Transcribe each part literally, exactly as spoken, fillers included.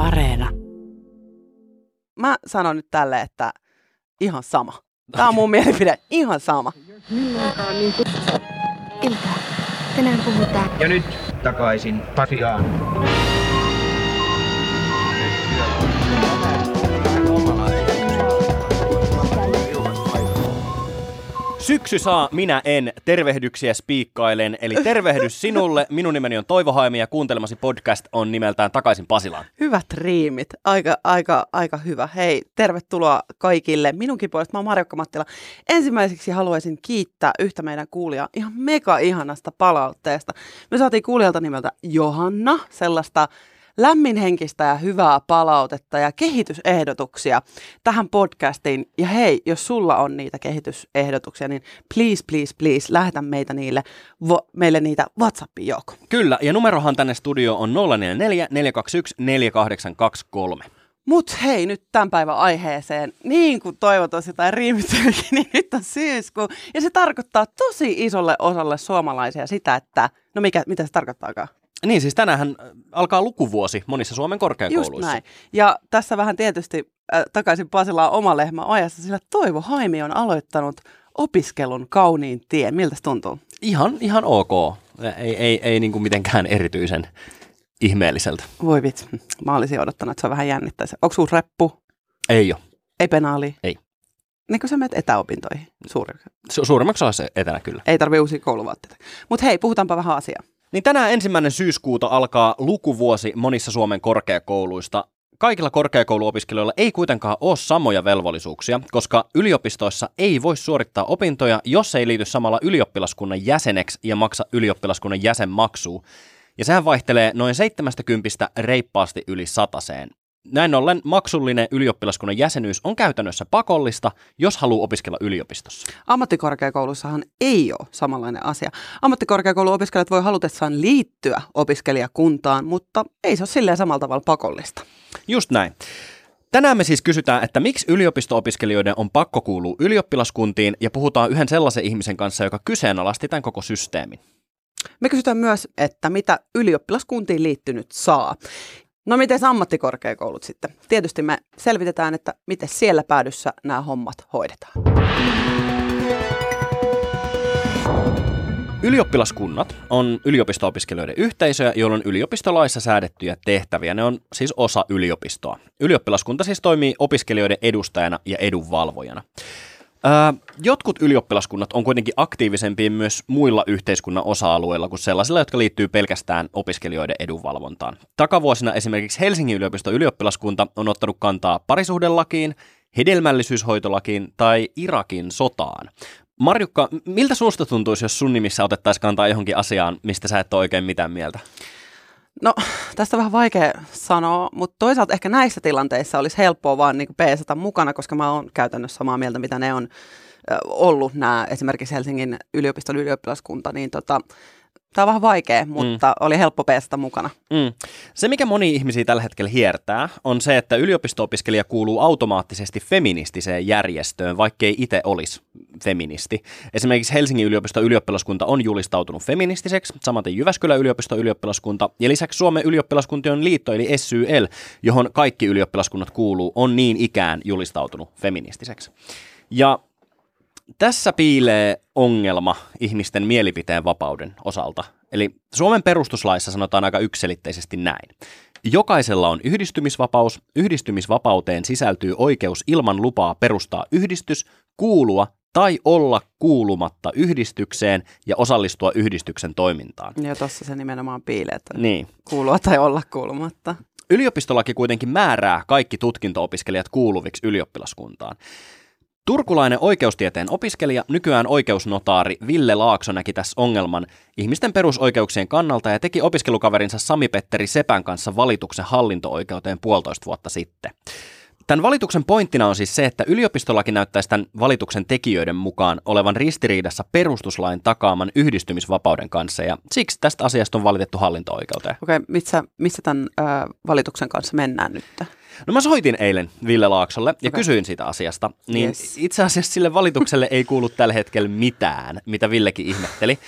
Areena. Mä sanon nyt tälle, että ihan sama. Tää on mun mielipide, ihan sama. Ilta. Tänään puhutaan. Ja nyt takaisin Pasiaan. Syksy saa, minä en. Tervehdyksiä spiikkailen. Eli tervehdys sinulle. Minun nimeni on Toivo Haimi ja kuuntelemasi podcast on nimeltään Takaisin Pasilaan. Hyvät riimit. Aika, aika, aika hyvä. Hei, tervetuloa kaikille. Minunkin puolesta mä oon Marjukka Mattila. Ensimmäiseksi haluaisin kiittää yhtä meidän kuulijaa ihan mega ihanasta palautteesta. Me saatiin kuulijalta nimeltä Johanna sellaista lämminhenkistä ja hyvää palautetta ja kehitysehdotuksia tähän podcastiin. Ja hei, jos sulla on niitä kehitysehdotuksia, niin please, please, please, lähetä meitä niille, vo, meille niitä WhatsAppiin joko. Kyllä, ja numerohan tänne studioon on nolla neljä neljä, neljä kaksi yksi, neljä kahdeksan kaksi kolme. Mut hei, nyt tämän päivän aiheeseen, niin kuin toivottavasti tai riimittelykin, niin nyt on syyskuu. Ja se tarkoittaa tosi isolle osalle suomalaisia sitä, että, no mikä, mitä se tarkoittaakaan? Niin, siis tänäänhän alkaa lukuvuosi monissa Suomen korkeakouluissa. Just näin. Ja tässä vähän tietysti äh, takaisin Pasilaan oma lehmä ajassa, sillä Toivo Haimi on aloittanut opiskelun kauniin tien. Miltä se tuntuu? Ihan, ihan ok. Ei, ei, ei niin kuin mitenkään erityisen ihmeelliseltä. Voi vitsi, mä olisin odottanut, että se on vähän jännittäisi. Onko sulla reppu? Ei ole. Ei penaali? Ei. Niin kuin sä menet etäopintoihin? Suuri. Su- suurimmaksi osassa etänä kyllä. Ei tarvitse uusia kouluvaatteita. Mutta hei, puhutaanpa vähän asiaa. Niin tänään ensimmäinen syyskuuta alkaa lukuvuosi monissa Suomen korkeakouluista. Kaikilla korkeakouluopiskelijoilla ei kuitenkaan ole samoja velvollisuuksia, koska yliopistoissa ei voi suorittaa opintoja, jos ei liity samalla ylioppilaskunnan jäseneksi ja maksa ylioppilaskunnan jäsenmaksua. Ja sehän vaihtelee noin seitsemästäkympistä reippaasti yli sataseen. Näin ollen maksullinen ylioppilaskunnan jäsenyys on käytännössä pakollista, jos haluaa opiskella yliopistossa. Ammattikorkeakoulussahan ei ole samanlainen asia. Ammattikorkeakouluopiskelijat voi halutessaan liittyä opiskelijakuntaan, mutta ei se ole silleen samalla tavalla pakollista. Just näin. Tänään me siis kysytään, että miksi yliopisto-opiskelijoiden on pakko kuulua ylioppilaskuntiin ja puhutaan yhden sellaisen ihmisen kanssa, joka kyseenalaisti tämän koko systeemin. Me kysytään myös, että mitä ylioppilaskuntiin liittynyt saa. No miten ammattikorkeakoulut sitten? Tietysti me selvitetään, että miten siellä päädyssä nämä hommat hoidetaan. Ylioppilaskunnat on yliopisto-opiskelijoiden yhteisöjä, joilla on yliopistolaissa säädettyjä tehtäviä. Ne on siis osa yliopistoa. Ylioppilaskunta siis toimii opiskelijoiden edustajana ja edunvalvojana. Öö, jotkut ylioppilaskunnat on kuitenkin aktiivisempia myös muilla yhteiskunnan osa-alueilla kuin sellaisilla, jotka liittyy pelkästään opiskelijoiden edunvalvontaan. Takavuosina esimerkiksi Helsingin yliopiston ylioppilaskunta on ottanut kantaa parisuhdelakiin, hedelmällisyyshoitolakiin tai Irakin sotaan. Marjukka, miltä susta tuntuisi, jos sun nimissä otettaisiin kantaa johonkin asiaan, mistä sä et ole oikein mitään mieltä? No, tästä on vähän vaikea sanoa, mutta toisaalta ehkä näissä tilanteissa olisi helppoa vaan niin peesata mukana, koska mä oon käytännössä samaa mieltä, mitä ne on ö, ollut nämä esimerkiksi Helsingin yliopiston ylioppilaskunta, niin tota, tämä on vähän vaikea, mutta mm. oli helppo peesata mukana. Mm. Se, mikä moni ihmisiä tällä hetkellä hiertää, on se, että yliopisto-opiskelija kuuluu automaattisesti feministiseen järjestöön, vaikkei itse olisi feministi. Esimerkiksi Helsingin yliopiston ylioppilaskunta on julistautunut feministiseksi, samaten Jyväskylän yliopiston ylioppilaskunta, ja lisäksi Suomen ylioppilaskuntien liitto, eli S Y L, johon kaikki ylioppilaskunnat kuuluu, on niin ikään julistautunut feministiseksi. Ja tässä piilee ongelma ihmisten mielipiteen vapauden osalta. Eli Suomen perustuslaissa sanotaan aika yksiselitteisesti näin. Jokaisella on yhdistymisvapaus. Yhdistymisvapauteen sisältyy oikeus ilman lupaa perustaa yhdistys, kuulua tai olla kuulumatta yhdistykseen ja osallistua yhdistyksen toimintaan. Ja tuossa se nimenomaan piilee, että niin. Kuulua tai olla kuulumatta. Yliopistolaki kuitenkin määrää kaikki tutkinto-opiskelijat kuuluviksi ylioppilaskuntaan. Turkulainen oikeustieteen opiskelija, nykyään oikeusnotaari Ville Laakso näki tässä ongelman ihmisten perusoikeuksien kannalta ja teki opiskelukaverinsa Sami-Petteri Sepän kanssa valituksen hallinto-oikeuteen puolitoista vuotta sitten. Tämän valituksen pointtina on siis se, että yliopistolaki näyttäisi tämän valituksen tekijöiden mukaan olevan ristiriidassa perustuslain takaaman yhdistymisvapauden kanssa ja siksi tästä asiasta on valitettu hallinto-oikeuteen. Okei, okay, missä, missä tämän ö, valituksen kanssa mennään nyt? No mä soitin eilen Ville Laaksolle ja okay. kysyin siitä asiasta, niin yes. Itse asiassa sille valitukselle ei kuulu tällä hetkellä mitään, mitä Villekin ihmetteli.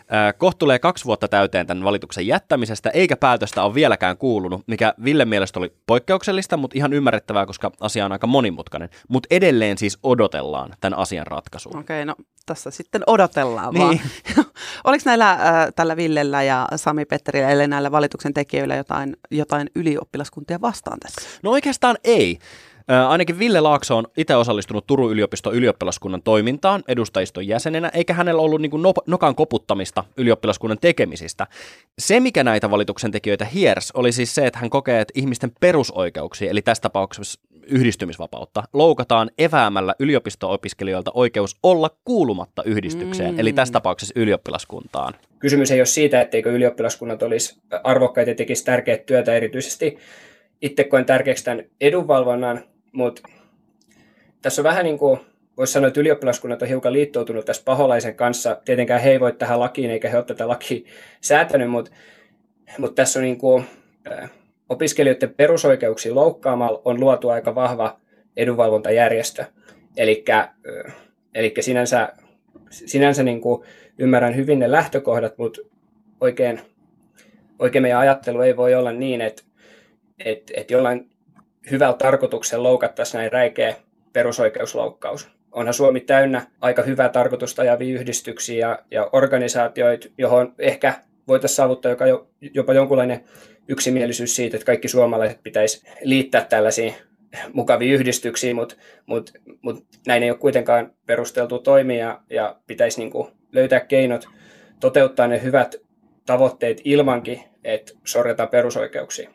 Kohta tulee kaksi vuotta täyteen tämän valituksen jättämisestä, eikä päätöstä ole vieläkään kuulunut, mikä Ville mielestä oli poikkeuksellista, mutta ihan ymmärrettävää, koska asia on aika monimutkainen. Mutta edelleen siis odotellaan tämän asian ratkaisua. Okei, no tässä sitten odotellaan niin. vaan. Oliko näillä, äh, tällä Villellä ja Sami Petterillä, eli näillä valituksen tekijöillä jotain, jotain ylioppilaskuntia vastaan tässä? No oikeastaan ei. Äh, ainakin Ville Laakso on itse osallistunut Turun yliopiston ylioppilaskunnan toimintaan edustajiston jäsenenä, eikä hänellä ollut niin kuin no, nokan koputtamista ylioppilaskunnan tekemisistä. Se, mikä näitä valituksen tekijöitä hiersi, oli siis se, että hän kokee, että ihmisten perusoikeuksia, eli tässä tapauksessa yhdistymisvapautta, loukataan eväämällä yliopisto-opiskelijoilta oikeus olla kuulumatta yhdistykseen, mm. eli tässä tapauksessa ylioppilaskuntaan. Kysymys ei ole siitä, etteikö ylioppilaskunnat olisi arvokkaita ja tekisi tärkeää työtä, erityisesti itse koen tärkeäksi tämän edunvalvonnan, mutta tässä on vähän niin kuin, voisi sanoa, että ylioppilaskunnat on hiukan liittoutunut tässä paholaisen kanssa. Tietenkään he ei voi tähän lakiin, eikä he ole tätä lakia säätänyt, mutta, mutta tässä on niin kuin, äh, opiskelijoiden perusoikeuksia loukkaamalla on luotu aika vahva edunvalvontajärjestö. Elikkä, äh, elikkä sinänsä, sinänsä niin kuin ymmärrän hyvin ne lähtökohdat, mutta oikein, oikein meidän ajattelu ei voi olla niin, että että et jollain hyvällä tarkoituksella loukattaisiin näin räikeä perusoikeusloukkaus. Onhan Suomi täynnä aika hyvää tarkoitusta ajavia yhdistyksiä ja, ja organisaatioita, johon ehkä voitaisiin saavuttaa joka, jopa jonkunlainen yksimielisyys siitä, että kaikki suomalaiset pitäisi liittää tällaisiin mukaviin yhdistyksiin, mutta mut, mut näin ei ole kuitenkaan perusteltu toimia ja pitäisi niinku löytää keinot toteuttaa ne hyvät tavoitteet ilmankin, että sorjataan perusoikeuksia.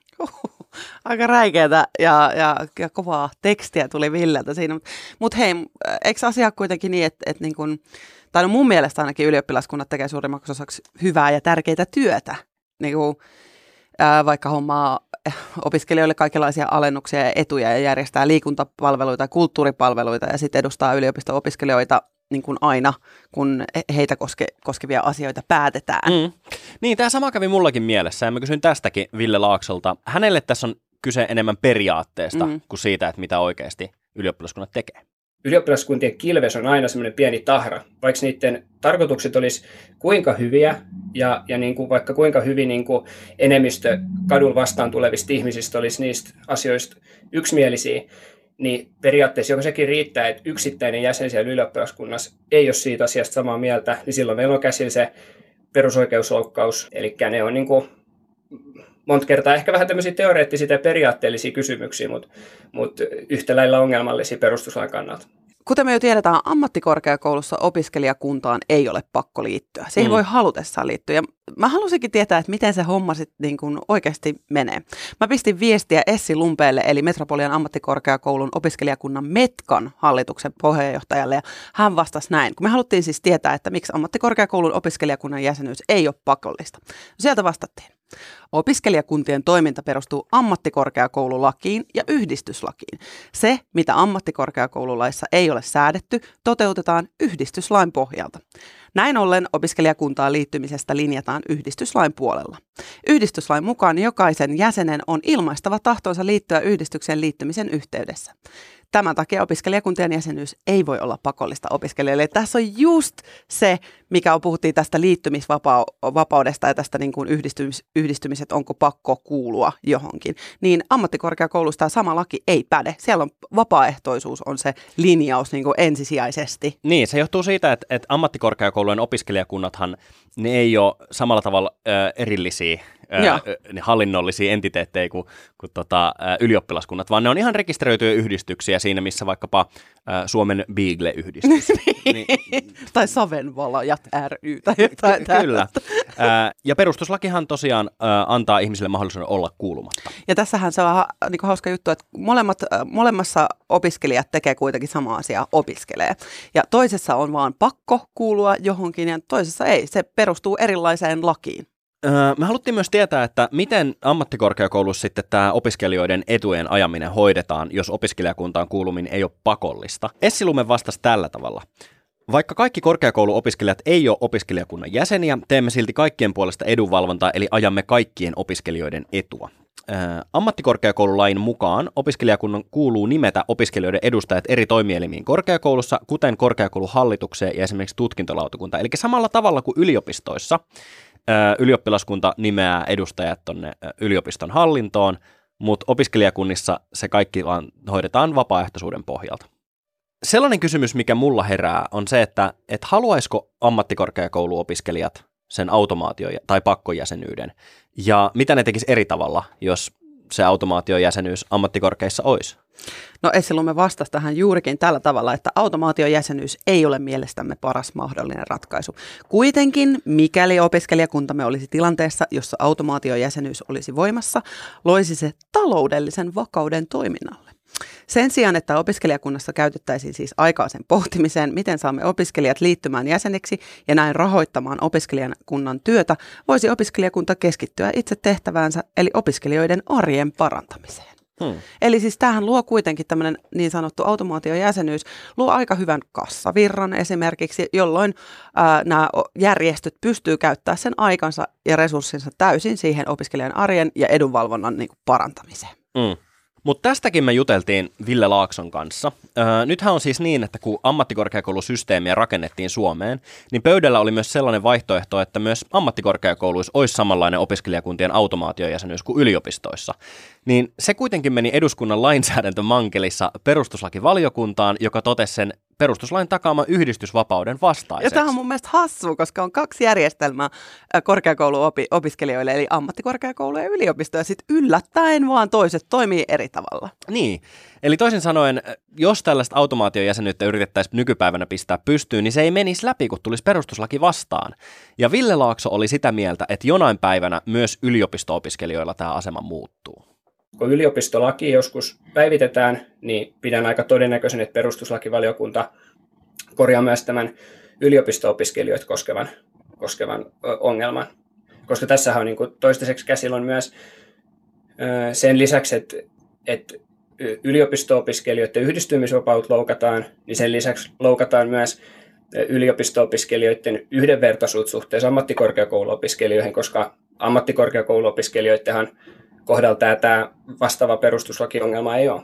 Aika räikeätä ja, ja, ja kovaa tekstiä tuli Villeltä siinä. Mutta mut hei, eikö asia kuitenkin niin, että et niin kun, tai no mun mielestä ainakin ylioppilaskunnat tekee suurimmaksi osaksi hyvää ja tärkeää työtä. Niin kun, ää, vaikka hommaa opiskelijoille kaikenlaisia alennuksia ja etuja ja järjestää liikuntapalveluita ja kulttuuripalveluita ja sitten edustaa yliopisto-opiskelijoita niin kuin aina, kun heitä koske, koskevia asioita päätetään. Mm. Niin, tämä sama kävi mullakin mielessä ja mä kysyin tästäkin Ville Laaksolta. Hänelle tässä on kyse enemmän periaatteesta mm. kuin siitä, että mitä oikeasti ylioppilaskunnat tekee. Ylioppilaskuntien kilves on aina semmoinen pieni tahra, vaikka niiden tarkoitukset olisi kuinka hyviä ja, ja niin kuin vaikka kuinka hyvin niin kuin enemmistö kadun vastaan tulevista ihmisistä olisi niistä asioista yksimielisiä, niin periaatteessa joko sekin riittää, että yksittäinen jäsen siellä ylioppilaskunnassa ei ole siitä asiasta samaa mieltä, niin silloin meillä on käsillä se perusoikeusloukkaus. Eli ne on niin kuin monta kertaa ehkä vähän tämmöisiä teoreettisia ja periaatteellisia kysymyksiä, mutta, mutta yhtä lailla ongelmallisia perustuslain kannalta. Kuten me jo tiedetään, ammattikorkeakoulussa opiskelijakuntaan ei ole pakko liittyä. Siihen mm. voi halutessaan liittyä. Ja mä halusinkin tietää, että miten se homma sitten niin kuin oikeasti menee. Mä pistin viestiä Essi Lumpeelle, eli Metropolian ammattikorkeakoulun opiskelijakunnan Metkan hallituksen puheenjohtajalle, ja hän vastasi näin. Kun me haluttiin siis tietää, että miksi ammattikorkeakoulun opiskelijakunnan jäsenyys ei ole pakollista. Sieltä vastattiin. Opiskelijakuntien toiminta perustuu ammattikorkeakoululakiin ja yhdistyslakiin. Se, mitä ammattikorkeakoululaissa ei ole säädetty, toteutetaan yhdistyslain pohjalta. Näin ollen opiskelijakuntaan liittymisestä linjataan yhdistyslain puolella. Yhdistyslain mukaan jokaisen jäsenen on ilmaistava tahtonsa liittyä yhdistykseen liittymisen yhteydessä. Tämän takia opiskelijakuntien jäsenyys ei voi olla pakollista opiskelijoille. Tässä on just se, mikä on, puhuttiin tästä liittymisvapaudesta ja tästä niin kuin yhdistymis, yhdistymiset, onko pakko kuulua johonkin. Niin ammattikorkeakoulusta tämä sama laki ei päde. Siellä on vapaaehtoisuus on se linjaus niin kuin ensisijaisesti. Niin, se johtuu siitä, että, että ammattikorkeakoulujen opiskelijakunnathan, ne ei ole samalla tavalla äh, erillisiä. Ää, hallinnollisia entiteettejä kuin, kuin tota, ää, ylioppilaskunnat, vaan ne on ihan rekisteröityjä yhdistyksiä siinä, missä vaikkapa ää, Suomen Beagle-yhdistys. niin. Tai Savenvalajat ry. Tai jotain Kyllä. Ää, ja perustuslakihan tosiaan ää, antaa ihmisille mahdollisuuden olla kuulumatta. Ja tässähän se on niin kuin hauska juttu, että molemmat, molemmassa opiskelijat tekee kuitenkin sama asiaa, opiskelee. Ja toisessa on vaan pakko kuulua johonkin ja toisessa ei. Se perustuu erilaiseen lakiin. Me haluttiin myös tietää, että miten ammattikorkeakoulussa sitten tämä opiskelijoiden etujen ajaminen hoidetaan, jos opiskelijakuntaan kuuluminen ei ole pakollista. Essi Lume vastasi tällä tavalla. Vaikka kaikki korkeakouluopiskelijat ei ole opiskelijakunnan jäseniä, teemme silti kaikkien puolesta edunvalvontaa, eli ajamme kaikkien opiskelijoiden etua. ammattikorkeakoululain mukaan opiskelijakunnan kuuluu nimetä opiskelijoiden edustajat eri toimielimiin korkeakoulussa, kuten korkeakouluhallitukseen ja esimerkiksi tutkintolautakuntaan. Eli samalla tavalla kuin yliopistoissa ylioppilaskunta nimeää edustajat tuonne yliopiston hallintoon, mutta opiskelijakunnissa se kaikki vaan hoidetaan vapaaehtoisuuden pohjalta. Sellainen kysymys, mikä mulla herää, on se, että et haluaisiko ammattikorkeakouluopiskelijat sen automaatio- tai pakkojäsenyyden, ja mitä ne tekisi eri tavalla, jos se automaatiojäsenyys ammattikorkeissa olisi? No Essilumme vastasi tähän juurikin tällä tavalla, että automaatiojäsenyys ei ole mielestämme paras mahdollinen ratkaisu. Kuitenkin, mikäli opiskelijakuntamme olisi tilanteessa, jossa automaatiojäsenyys olisi voimassa, loisi se taloudellisen vakauden toiminnalle. Sen sijaan, että opiskelijakunnassa käytettäisiin siis aikaa sen pohtimiseen, miten saamme opiskelijat liittymään jäseniksi ja näin rahoittamaan opiskelijakunnan työtä, voisi opiskelijakunta keskittyä itse tehtäväänsä, eli opiskelijoiden arjen parantamiseen. Hmm. Eli siis tämähän luo kuitenkin tämmöinen niin sanottu automaatiojäsenyys, luo aika hyvän kassavirran esimerkiksi, jolloin ää, nämä järjestöt pystyy käyttämään sen aikansa ja resurssinsa täysin siihen opiskelijan arjen ja edunvalvonnan niin kuin parantamiseen. Hmm. Mutta tästäkin me juteltiin Ville Laakson kanssa. Öö, nythän on siis niin, että kun ammattikorkeakoulusysteemiä rakennettiin Suomeen, niin pöydällä oli myös sellainen vaihtoehto, että myös ammattikorkeakouluissa olisi samanlainen opiskelijakuntien automaatiojäsenyys kuin yliopistoissa. Niin se kuitenkin meni eduskunnan lainsäädäntömankelissa perustuslakivaliokuntaan, joka totesi sen perustuslain takaaman yhdistysvapauden vastaiseksi. Ja tämä on mun mielestä hassua, koska on kaksi järjestelmää korkeakouluopiskelijoille, eli ammattikorkeakoulu ja yliopisto, ja sitten yllättäen vaan toiset toimii eri tavalla. Niin, eli toisin sanoen, jos tällaista automaatiojäsenyyttä yritettäisiin nykypäivänä pistää pystyyn, niin se ei menisi läpi, kun tulisi perustuslaki vastaan. Ja Ville Laakso oli sitä mieltä, että jonain päivänä myös yliopisto-opiskelijoilla tämä asema muuttuu. Kun yliopistolaki joskus päivitetään, niin pidän aika todennäköisen, että perustuslakivaliokunta korjaa myös tämän yliopisto-opiskelijoita koskevan, koskevan ongelman. Koska tässähän on niin kuin toistaiseksi käsillä on myös sen lisäksi, että, että yliopisto-opiskelijoiden yhdistymisvapaut loukataan, niin sen lisäksi loukataan myös yliopisto-opiskelijoiden yhdenvertaisuus suhteessa ammattikorkeakouluopiskelijoihin, koska ammattikorkeakouluopiskelijoidenhan kohdalla tämä vastaava perustuslakiongelma ei ole.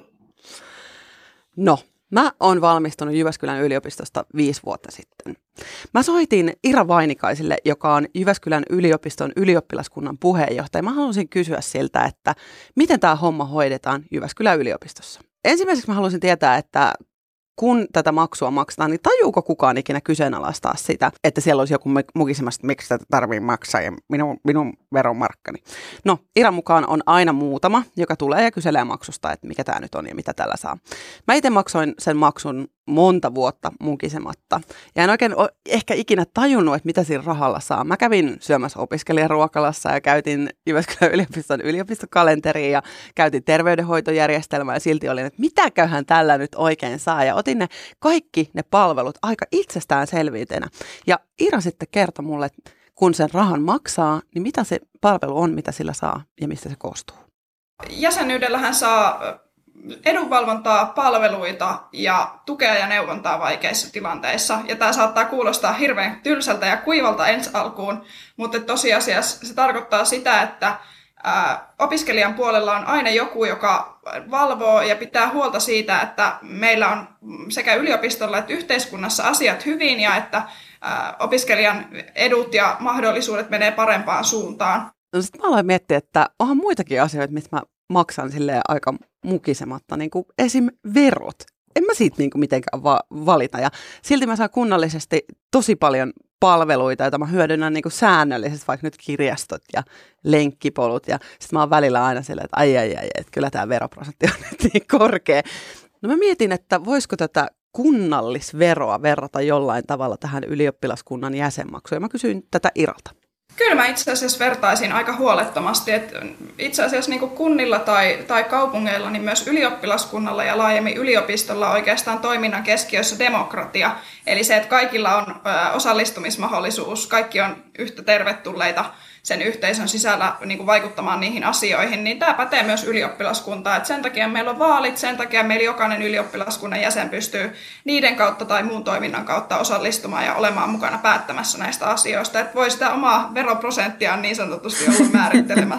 No, mä oon valmistunut Jyväskylän yliopistosta viisi vuotta sitten. Mä soitin Ira Vainikaiselle, joka on Jyväskylän yliopiston ylioppilaskunnan puheenjohtaja. Mä haluaisin kysyä siltä, että miten tämä homma hoidetaan Jyväskylän yliopistossa. Ensimmäiseksi mä haluaisin tietää, että kun tätä maksua maksetaan, niin tajuuko kukaan ikinä kyseenalaistaa sitä, että siellä olisi joku mukisemassa, miksi tätä tarvii maksaa ja minun, minun veronmarkkani. No, Iran mukaan on aina muutama, joka tulee ja kyselee maksusta, että mikä tämä nyt on ja mitä tällä saa. Mä itse maksoin sen maksun monta vuotta mukisematta. Ja en oikein ole ehkä ikinä tajunnut, että mitä sillä rahalla saa. Mä kävin syömässä opiskelijaruokalassa ja käytin Jyväskylän yliopiston yliopistokalenteriin ja käytin terveydenhoitojärjestelmää ja silti olin, että mitäköhän tällä nyt oikein saa. Ja otin ne kaikki ne palvelut aika itsestäänselvyytenä. Ja Ira sitten kertoi mulle, että kun sen rahan maksaa, niin mitä se palvelu on, mitä sillä saa ja mistä se koostuu. Jäsenyydellähän saa edunvalvontaa, palveluita ja tukea ja neuvontaa vaikeissa tilanteissa. Ja tämä saattaa kuulostaa hirveän tylsältä ja kuivalta ensi alkuun, mutta tosiasiassa se tarkoittaa sitä, että ää, opiskelijan puolella on aina joku, joka valvoo ja pitää huolta siitä, että meillä on sekä yliopistolla että yhteiskunnassa asiat hyvin ja että ää, opiskelijan edut ja mahdollisuudet menee parempaan suuntaan. No sitten mä aloin miettiä, että onhan muitakin asioita, mistä mä maksan silleen aika mukisematta, niin kuin esim. Verot. En mä siitä niin kuin mitenkään va- valita. Ja silti mä saan kunnallisesti tosi paljon palveluita, joita mä hyödynnän niin kuin säännöllisesti, vaikka nyt kirjastot ja lenkkipolut. Ja sitten mä oon välillä aina silleen, että ai ai ai, että kyllä tämä veroprosentti on nyt niin korkea. No mä mietin, että voisiko tätä kunnallisveroa verrata jollain tavalla tähän ylioppilaskunnan jäsenmaksuun. Ja mä kysyin tätä Iralta. Kyllä mä itse asiassa vertaisin aika huolettomasti, että itse asiassa niin kuin kunnilla tai, tai kaupungeilla, niin myös ylioppilaskunnalla ja laajemmin yliopistolla on oikeastaan toiminnan keskiössä demokratia. Eli se, että kaikilla on osallistumismahdollisuus, kaikki on yhtä tervetulleita sen yhteisön sisällä niin kuin vaikuttamaan niihin asioihin, niin tämä pätee myös ylioppilaskuntaan. Et sen takia meillä on vaalit, sen takia meillä jokainen ylioppilaskunnan jäsen pystyy niiden kautta tai muun toiminnan kautta osallistumaan ja olemaan mukana päättämässä näistä asioista. Että voi sitä omaa veroprosenttiaan niin sanotusti olla määrittelemässä.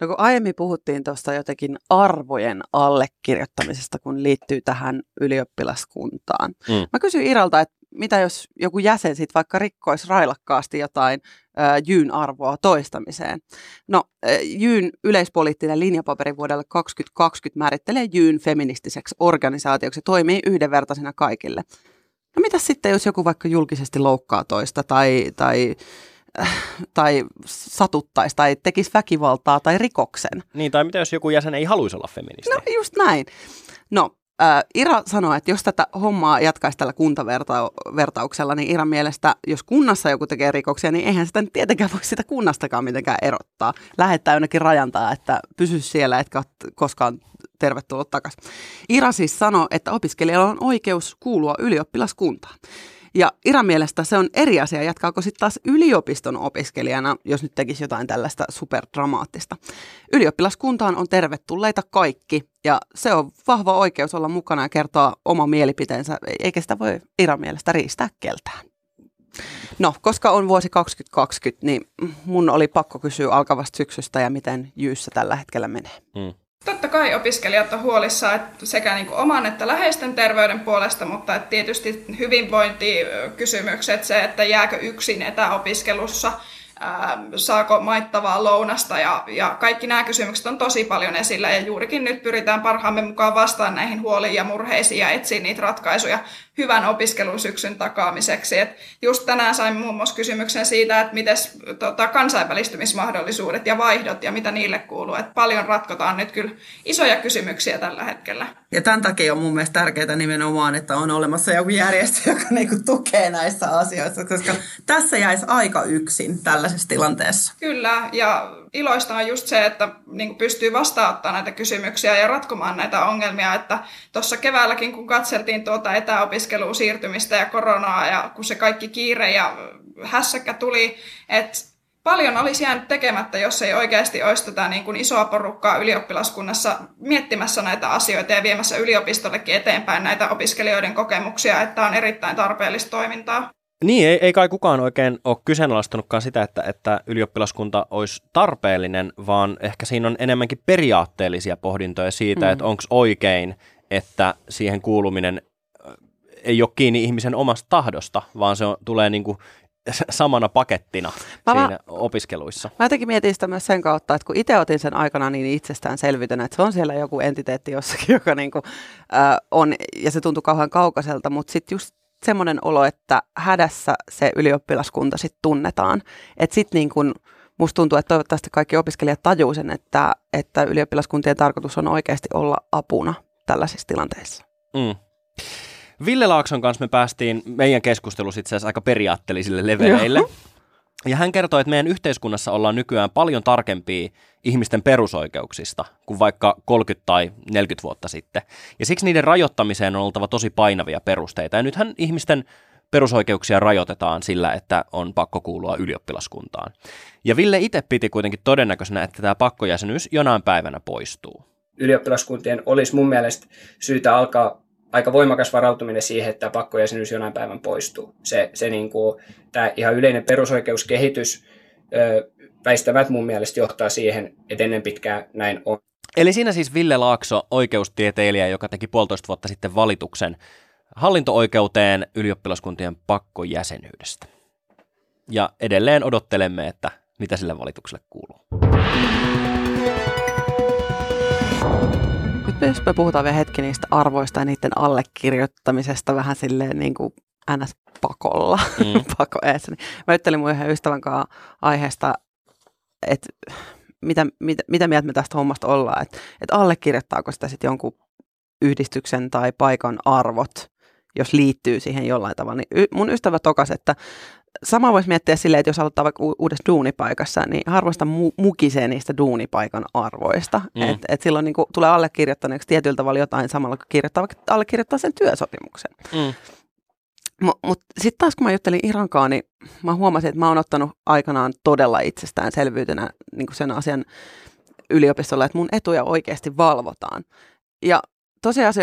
No kun aiemmin puhuttiin tuosta jotenkin arvojen allekirjoittamisesta, kun liittyy tähän ylioppilaskuntaan. Mm. Mä kysyin Iralta, että mitä jos joku jäsen sit vaikka rikkoisi railakkaasti jotain ää, Jyn arvoa toistamiseen. No, ää, Jyn yleispoliittinen linjapaperi vuodelle kaksituhattakaksikymmentä määrittelee Jyn feministiseksi organisaatioksi ja toimii yhdenvertaisena kaikille. No mitä sitten, jos joku vaikka julkisesti loukkaa toista tai, tai, äh, tai satuttaisi tai tekisi väkivaltaa tai rikoksen? Niin, tai mitä jos joku jäsen ei haluaisi olla feministi? No just näin. No, äh, Ira sanoi, että jos tätä hommaa jatkaisi tällä kuntavertauksella, niin Iran mielestä, jos kunnassa joku tekee rikoksia, niin eihän sitä tietenkään voi sitä kunnastakaan mitenkään erottaa. Lähettää jonnekin rajantaa, että pysy siellä, etkä koskaan tervetullut takaisin. Ira siis sanoi, että opiskelijalla on oikeus kuulua ylioppilaskuntaan. Ja Iran mielestä se on eri asia, jatkaako sitten taas yliopiston opiskelijana, jos nyt tekisi jotain tällaista superdramaattista. Ylioppilaskuntaan on tervetulleita kaikki, ja se on vahva oikeus olla mukana ja kertoa oma mielipiteensä, eikä sitä voi Iran mielestä riistää keltään. No, koska on vuosi kaksituhattakaksikymmentä, niin mun oli pakko kysyä alkavasta syksystä ja miten Jyyssä tällä hetkellä menee. Mm. Totta kai opiskelijat on huolissaan että sekä niin kuin oman että läheisten terveyden puolesta, mutta että tietysti hyvinvointikysymykset, se, että jääkö yksin etäopiskelussa, ää, saako maittavaa lounasta ja, ja kaikki nämä kysymykset on tosi paljon esillä ja juurikin nyt pyritään parhaamme mukaan vastaan näihin huoliin ja murheisiin ja etsiä niitä ratkaisuja hyvän opiskelusyksyn takaamiseksi. Et just tänään sain muun muassa kysymyksen siitä, että miten tota, kansainvälistymismahdollisuudet ja vaihdot ja mitä niille kuuluu. Et paljon ratkotaan nyt kyllä isoja kysymyksiä tällä hetkellä. Ja tämän takia on mun mielestä tärkeää nimenomaan, että on olemassa joku järjestö, joka niinku tukee näissä asioissa, koska tässä jäisi aika yksin tällaisessa tilanteessa. Kyllä, ja iloista on just se, että niin pystyy vastaanottamaan näitä kysymyksiä ja ratkomaan näitä ongelmia. Että tuossa keväälläkin, kun katseltiin tuota etäopiskelua siirtymistä ja koronaa ja kun se kaikki kiire ja hässäkkä tuli, että paljon olisi jäänyt tekemättä, jos ei oikeasti olisi tätä niin kuin isoa porukkaa ylioppilaskunnassa miettimässä näitä asioita ja viemässä yliopistollekin eteenpäin näitä opiskelijoiden kokemuksia, että on erittäin tarpeellista toimintaa. Niin, ei, ei kai kukaan oikein ole kyseenalaistanutkaan sitä, että, että ylioppilaskunta olisi tarpeellinen, vaan ehkä siinä on enemmänkin periaatteellisia pohdintoja siitä, mm. että onko oikein, että siihen kuuluminen ei ole kiinni ihmisen omasta tahdosta, vaan se on, tulee niin kuin samana pakettina mä siinä mä, opiskeluissa. Mä jotenkin mietin sitä myös sen kautta, että kun itse otin sen aikana niin itsestäänselvyytenä, että se on siellä joku entiteetti jossakin, joka niin kuin, äh, on, ja se tuntui kauhean kaukaiselta, mutta sitten just semmoinen olo, että hädässä se ylioppilaskunta sitten tunnetaan. Että sitten niin kuin musta tuntuu, että toivottavasti kaikki opiskelijat tajuu sen, että, että ylioppilaskuntien tarkoitus on oikeasti olla apuna tällaisissa tilanteissa. Mm. Ville Laakson kanssa me päästiin meidän keskustelussa itse asiassa aika periaatteellisille leveleille. Joo. Ja hän kertoi, että meidän yhteiskunnassa ollaan nykyään paljon tarkempia ihmisten perusoikeuksista kuin vaikka kolmekymmentä tai neljäkymmentä vuotta sitten. Ja siksi niiden rajoittamiseen on oltava tosi painavia perusteita. Ja nythän ihmisten perusoikeuksia rajoitetaan sillä, että on pakko kuulua ylioppilaskuntaan. Ja Ville itse piti kuitenkin todennäköisenä, että tämä pakkojäsenyys jonain päivänä poistuu. Ylioppilaskuntien olisi mun mielestä syytä alkaa aika voimakas varautuminen siihen, että pakkojäsenyys jonain päivän poistuu. Se, se niin kuin, tämä ihan yleinen perusoikeuskehitys ö, väistävät mun mielestä johtaa siihen, että ennen pitkään näin on. Eli siinä siis Ville Laakso, oikeustieteilijä, joka teki puolitoista vuotta sitten valituksen hallinto-oikeuteen ylioppilaskuntien pakkojäsenyydestä. Ja edelleen odottelemme, että mitä sille valitukselle kuuluu. Nyt jos me puhutaan vielä hetki niistä arvoista ja niiden allekirjoittamisesta vähän silleen niin kuin N S-pakolla, mm. pako eessä. Mä juttelin mun yhden ystävän kanssa aiheesta, että mitä, mitä, mitä mieltä me tästä hommasta ollaan, että, että allekirjoittaako sitä sitten jonkun yhdistyksen tai paikan arvot, jos liittyy siihen jollain tavalla. Niin y- mun ystävä tokas, että sama voisi miettiä silleen, että jos aloittaa vaikka u- uudessa duunipaikassa, niin harvoista mu- mukisee niistä duunipaikan arvoista. Mm. Että et silloin niin tulee allekirjoittaneeksi tietyllä tavalla jotain samalla, kun kirjoittaa, vaikka allekirjoittaa sen työsopimuksen. Mm. Mutta mut sitten taas kun mä juttelin Irankaan, niin mä huomasin, että mä oon ottanut aikanaan todella itsestäänselvyytenä niin sen asian yliopistolla, että mun etuja oikeasti valvotaan. Ja tosiasia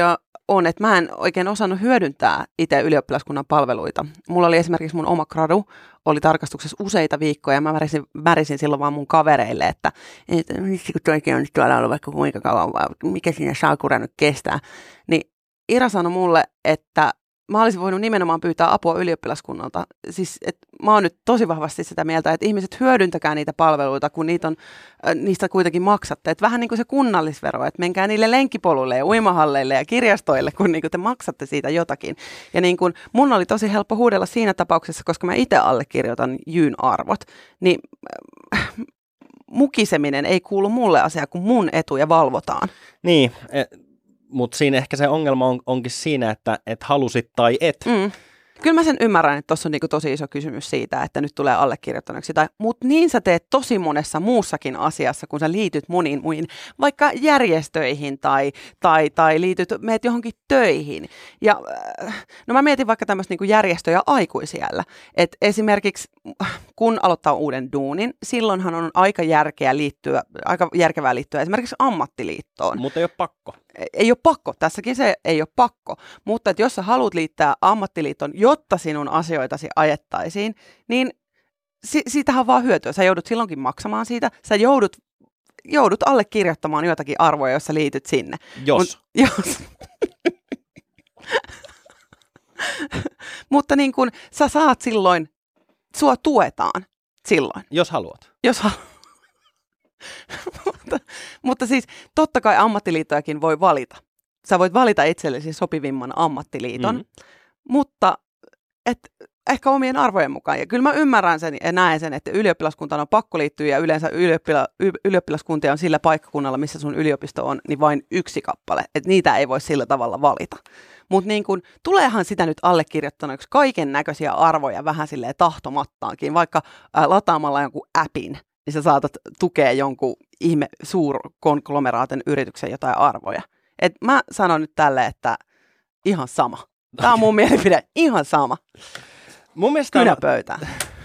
on, että mä en oikein osannut hyödyntää itse ylioppilaskunnan palveluita. Mulla oli esimerkiksi mun oma gradu, oli tarkastuksessa useita viikkoja, ja mä märisin, märisin silloin vaan mun kavereille, että, että miksi kun toikin on nyt tuolla ollut vaikka kuinka kauan, mikä siinä salkura nyt kestää. Niin Ira sanoi mulle, että mä olisin voinut nimenomaan pyytää apua ylioppilaskunnalta. Siis, että mä oon nyt tosi vahvasti sitä mieltä, että ihmiset hyödyntäkää niitä palveluita, kun niitä on, äh, niistä kuitenkin maksatte. Että vähän niin kuin se kunnallisvero, että menkää niille lenkkipoluille ja uimahalleille ja kirjastoille, kun niin kuin te maksatte siitä jotakin. Ja niin kuin mun oli tosi helppo huudella siinä tapauksessa, koska mä itse allekirjoitan Jyn arvot, niin äh, mukiseminen ei kuulu mulle asiaan, kun mun etuja valvotaan. Niin, e- mutta siinä ehkä se ongelma on, onkin siinä, että et halusit tai et. Mm. Kyllä mä sen ymmärrän, että tuossa on niinku tosi iso kysymys siitä, että nyt tulee allekirjoittaneeksi. Mutta niin sä teet tosi monessa muussakin asiassa, kun sä liityt moniin muihin, vaikka järjestöihin tai, tai, tai liityt, meet johonkin töihin. Ja no mä mietin vaikka tämmöistä niinku järjestöjä aikuisiällä. Että esimerkiksi kun aloittaa uuden duunin, silloinhan on aika järkeä liittyä, aika järkevää liittyä esimerkiksi ammattiliittoon. Mutta ei ole pakko. Ei ole pakko, tässäkin se ei ole pakko, mutta että jos sä haluat liittää ammattiliiton, jotta sinun asioitasi ajettaisiin, niin si- siitähän on vaan hyötyä. Sä joudut silloinkin maksamaan siitä, sä joudut, joudut allekirjoittamaan jotakin arvoja, jos sä liityt sinne. Jos. Mut, jos. Mutta niin kun sä saat silloin, sua tuetaan silloin. Jos haluat. Jos haluat. mutta, mutta siis totta kai ammattiliittojakin voi valita. Sä voit valita itsellesi sopivimman ammattiliiton, mm-hmm. mutta et, ehkä omien arvojen mukaan. Ja kyllä mä ymmärrän sen ja näen sen, että ylioppilaskuntaan on pakko liittyä ja yleensä ylioppila, y, ylioppilaskuntia on sillä paikkakunnalla, missä sun yliopisto on, niin vain yksi kappale. Että niitä ei voi sillä tavalla valita. Mutta niin kun, tuleehan sitä nyt allekirjoittaneeksi kaiken näköisiä arvoja vähän silleen tahtomattaankin, vaikka ää, lataamalla jonkun appin, niin sä saatat tukea jonkun ihme suurkonglomeraatin yrityksen jotain arvoja. Et mä sanon nyt tälle, että ihan sama. Tämä on mun mielipide, ihan sama. Mun mielestä Kynäpöytään.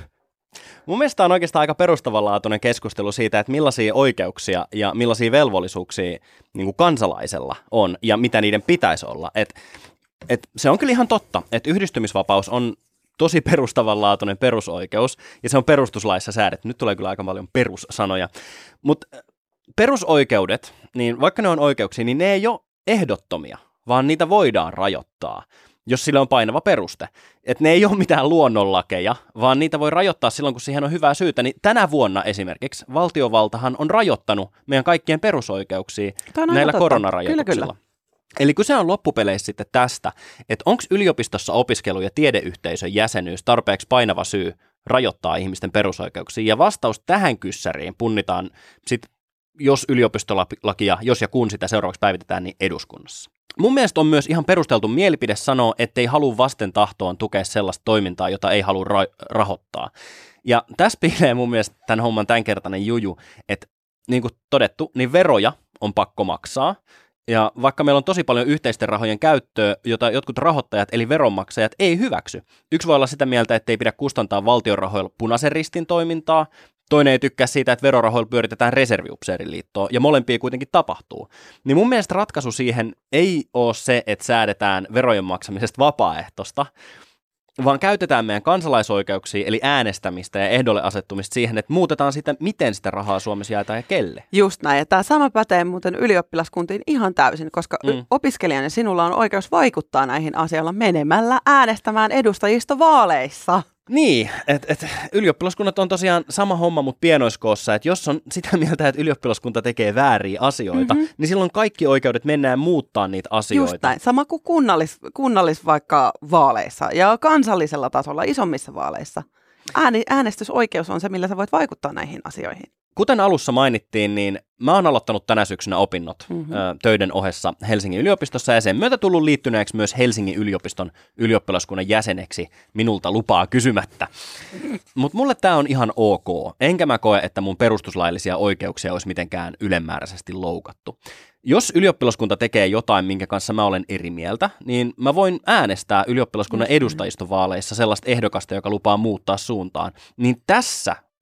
Mun mielestä on oikeastaan aika perustavanlaatuinen keskustelu siitä, että millaisia oikeuksia ja millaisia velvollisuuksia niin kuin kansalaisella on ja mitä niiden pitäisi olla. Et, et se on kyllä ihan totta, että yhdistymisvapaus on tosi perustavanlaatuinen perusoikeus, ja se on perustuslaissa säädetty. Nyt tulee kyllä aika paljon perussanoja. Mutta perusoikeudet, niin vaikka ne on oikeuksia, niin ne ei ole ehdottomia, vaan niitä voidaan rajoittaa, jos sillä on painava peruste. Että ne ei ole mitään luonnonlakeja, vaan niitä voi rajoittaa silloin, kun siihen on hyvää syytä. Niin tänä vuonna esimerkiksi valtiovaltahan on rajoittanut meidän kaikkien perusoikeuksia näillä totta. koronarajoituksilla. Kyllä, kyllä. Eli kyse on loppupeleissä sitten tästä, että onko yliopistossa opiskelu ja tiedeyhteisön jäsenyys tarpeeksi painava syy rajoittaa ihmisten perusoikeuksia. Ja vastaus tähän kyssäriin punnitaan sitten, jos yliopistolakia, jos ja kun sitä seuraavaksi päivitetään, niin eduskunnassa. Mun mielestä on myös ihan perusteltu mielipide sanoa, ettei halua vasten tahtoon tukea sellaista toimintaa, jota ei halua ra- rahoittaa. Ja tässä piilee mun mielestä tämän homman tämänkertainen juju, että niin kuin todettu, niin veroja on pakko maksaa. Ja vaikka meillä on tosi paljon yhteisten rahojen käyttöä, jota jotkut rahoittajat eli veronmaksajat ei hyväksy. Yksi voi olla sitä mieltä, että ei pidä kustantaa valtion rahoilla Punaisen Ristin toimintaa. Toinen ei tykkää siitä, että verorahoilla pyöritetään reserviupseeriliittoa, ja molempia kuitenkin tapahtuu. Niin mun mielestä ratkaisu siihen ei ole se, että säädetään verojen maksamisesta vapaaehtoista, vaan käytetään meidän kansalaisoikeuksia, eli äänestämistä ja ehdolle asettumista siihen, että muutetaan sitä, miten sitä rahaa Suomessa jaetaan ja kelle. Just näin, ja tämä sama pätee muuten ylioppilaskuntiin ihan täysin, koska mm. opiskelijana sinulla on oikeus vaikuttaa näihin asioihin menemällä äänestämään edustajistovaaleissa. Niin, että et, ylioppilaskunnat on tosiaan sama homma, mutta pienoiskoossa, että jos on sitä mieltä, että ylioppilaskunta tekee vääriä asioita, mm-hmm. niin silloin kaikki oikeudet mennään muuttaa niitä asioita. Just näin, sama kuin kunnallis, kunnallis vaikka vaaleissa ja kansallisella tasolla isommissa vaaleissa. Ääni, äänestysoikeus on se, millä sä voit vaikuttaa näihin asioihin. Kuten alussa mainittiin, niin mä oon aloittanut tänä syksynä opinnot mm-hmm. ö, töiden ohessa Helsingin yliopistossa ja sen myötä tullut liittyneeksi myös Helsingin yliopiston ylioppilaskunnan jäseneksi minulta lupaa kysymättä. Mutta mulle tää on ihan ok, enkä mä koe, että mun perustuslaillisia oikeuksia olisi mitenkään ylenmääräisesti loukattu. Jos ylioppilaskunta tekee jotain, minkä kanssa mä olen eri mieltä, niin mä voin äänestää ylioppilaskunnan edustajistovaaleissa sellaista ehdokasta, joka lupaa muuttaa suuntaan. Niin tässä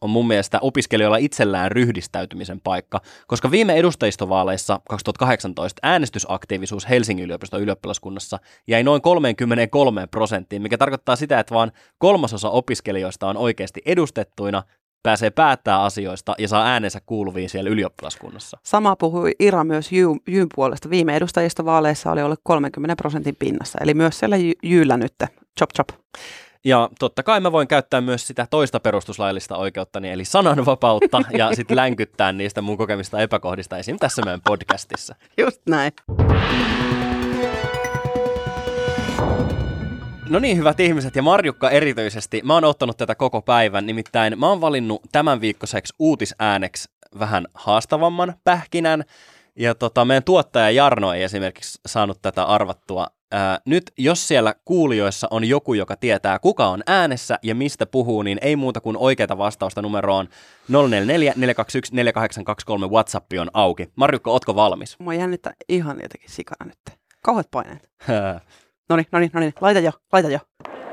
on mun mielestä opiskelijoilla itsellään ryhdistäytymisen paikka, koska viime edustajistovaaleissa kaksituhattakahdeksantoista äänestysaktiivisuus Helsingin yliopiston ylioppilaskunnassa jäi noin kolmekymmentäkolme prosenttiin, mikä tarkoittaa sitä, että vain kolmasosa opiskelijoista on oikeasti edustettuina, pääsee päättää asioista ja saa äänensä kuuluviin siellä ylioppilaskunnassa. Sama puhui Ira myös Jy, Jyn puolesta. Viime edustajistovaaleissa oli ollut kolmenkymmenen prosentin pinnassa, eli myös siellä Jy, Jyllä nyt. Chop chop. Ja totta kai mä voin käyttää myös sitä toista perustuslaillista oikeuttani, eli sananvapautta, ja sitten länkyttää niistä mun kokemista epäkohdista esim. Tässä meidän podcastissa. Just näin. No niin, hyvät ihmiset, ja Marjukka erityisesti. Mä oon ottanut tätä koko päivän, nimittäin mä oon valinnut tämän viikkoiseksi uutisääneksi vähän haastavamman pähkinän, ja tota, meidän tuottaja Jarno ei esimerkiksi saanut tätä arvattua. Ää, nyt jos siellä kuulijoissa on joku, joka tietää kuka on äänessä ja mistä puhuu, niin ei muuta kuin oikeata vastausta numeroon nolla neljä neljä neljä kaksi yksi neljä kahdeksan kaksi kolme. WhatsApp on auki. Marjukka, ootko valmis? Mua jännittää ihan jotenkin sikana nyt. Kauheat paineet. Noniin, noniin, noniin. Laita jo, laita jo.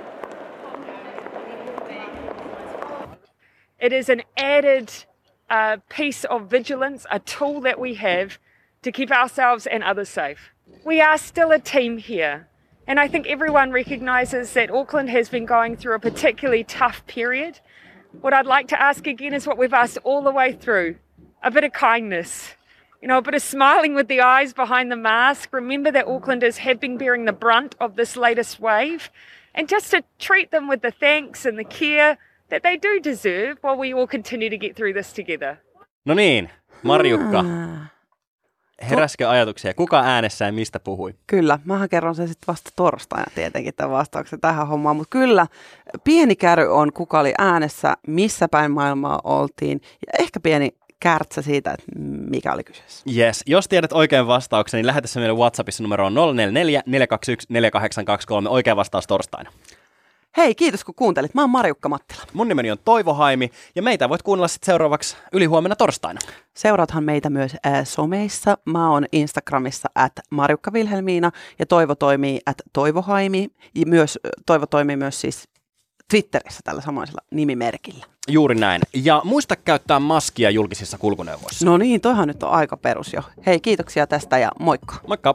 It is an added uh, piece of vigilance, a tool that we have to keep ourselves and others safe. We are still a team here, and I think everyone recognises that Auckland has been going through a particularly tough period. What I'd like to ask again is what we've asked all the way through, a bit of kindness, you know, a bit of smiling with the eyes behind the mask. Remember that Aucklanders have been bearing the brunt of this latest wave, and just to treat them with the thanks and the care that they do deserve while we all continue to get through this together. No niin, Marjukka. Heräskö ajatuksia? Kuka äänessä ja mistä puhui? Kyllä, mähän kerron sen sitten vasta torstaina tietenkin tämän vastauksen tähän hommaan, mutta kyllä pieni käry on kuka oli äänessä, missä päin maailmaa oltiin ja ehkä pieni kärtsä siitä, että mikä oli kyseessä. Yes, jos tiedät oikean vastauksen, niin lähetä se meille WhatsAppissa numeroon nolla neljä neljä neljä kaksi yksi neljä kahdeksan kaksi kolme. Oikea vastaus torstaina. Hei, kiitos kun kuuntelit. Mä oon Marjukka Mattila. Mun nimeni on Toivo Haimi ja meitä voit kuunnella sitten seuraavaksi ylihuomenna torstaina. Seuraathan meitä myös äh, someissa. Mä oon Instagramissa at Marjukka Vilhelmiina ja Toivo toimii at Toivo Haimi. Ja myös, Toivo toimii myös siis Twitterissä tällä samaisella nimimerkillä. Juuri näin. Ja muista käyttää maskia julkisissa kulkuneuvoissa. No niin, toihan nyt on aika perus jo. Hei, kiitoksia tästä ja moikka. Moikka.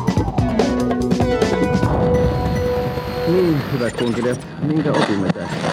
Niin, hyvät kuuntelijat, minkä opimme tästä?